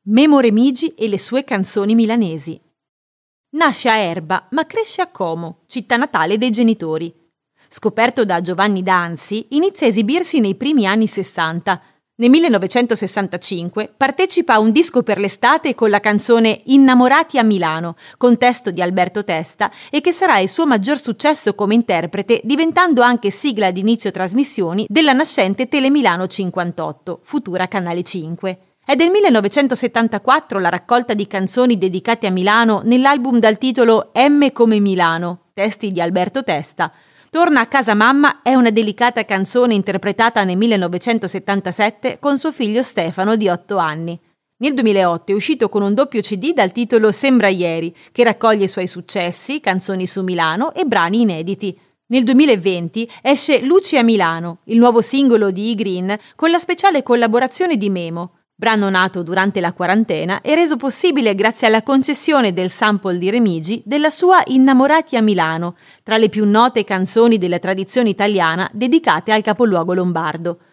Memo Remigi e le sue canzoni milanesi. Nasce a Erba, ma cresce a Como, città natale dei genitori. Scoperto da Giovanni Danzi, inizia a esibirsi nei primi anni 60. Nel 1965 partecipa a un disco per l'estate con la canzone Innamorati a Milano, con testo di Alberto Testa, e che sarà il suo maggior successo come interprete, diventando anche sigla di inizio trasmissioni della nascente Telemilano 58, futura Canale 5. È del 1974 la raccolta di canzoni dedicate a Milano nell'album dal titolo M come Milano, testi di Alberto Testa. Torna a casa mamma è una delicata canzone interpretata nel 1977 con suo figlio Stefano di 8 anni. Nel 2008 è uscito con un doppio CD dal titolo Sembra ieri, che raccoglie i suoi successi, canzoni su Milano e brani inediti. Nel 2020 esce Luci a Milano, il nuovo singolo di I-Green, con la speciale collaborazione di Memo, brano nato durante la quarantena e reso possibile grazie alla concessione del sample di Remigi della sua Innamorati a Milano, tra le più note canzoni della tradizione italiana dedicate al capoluogo lombardo.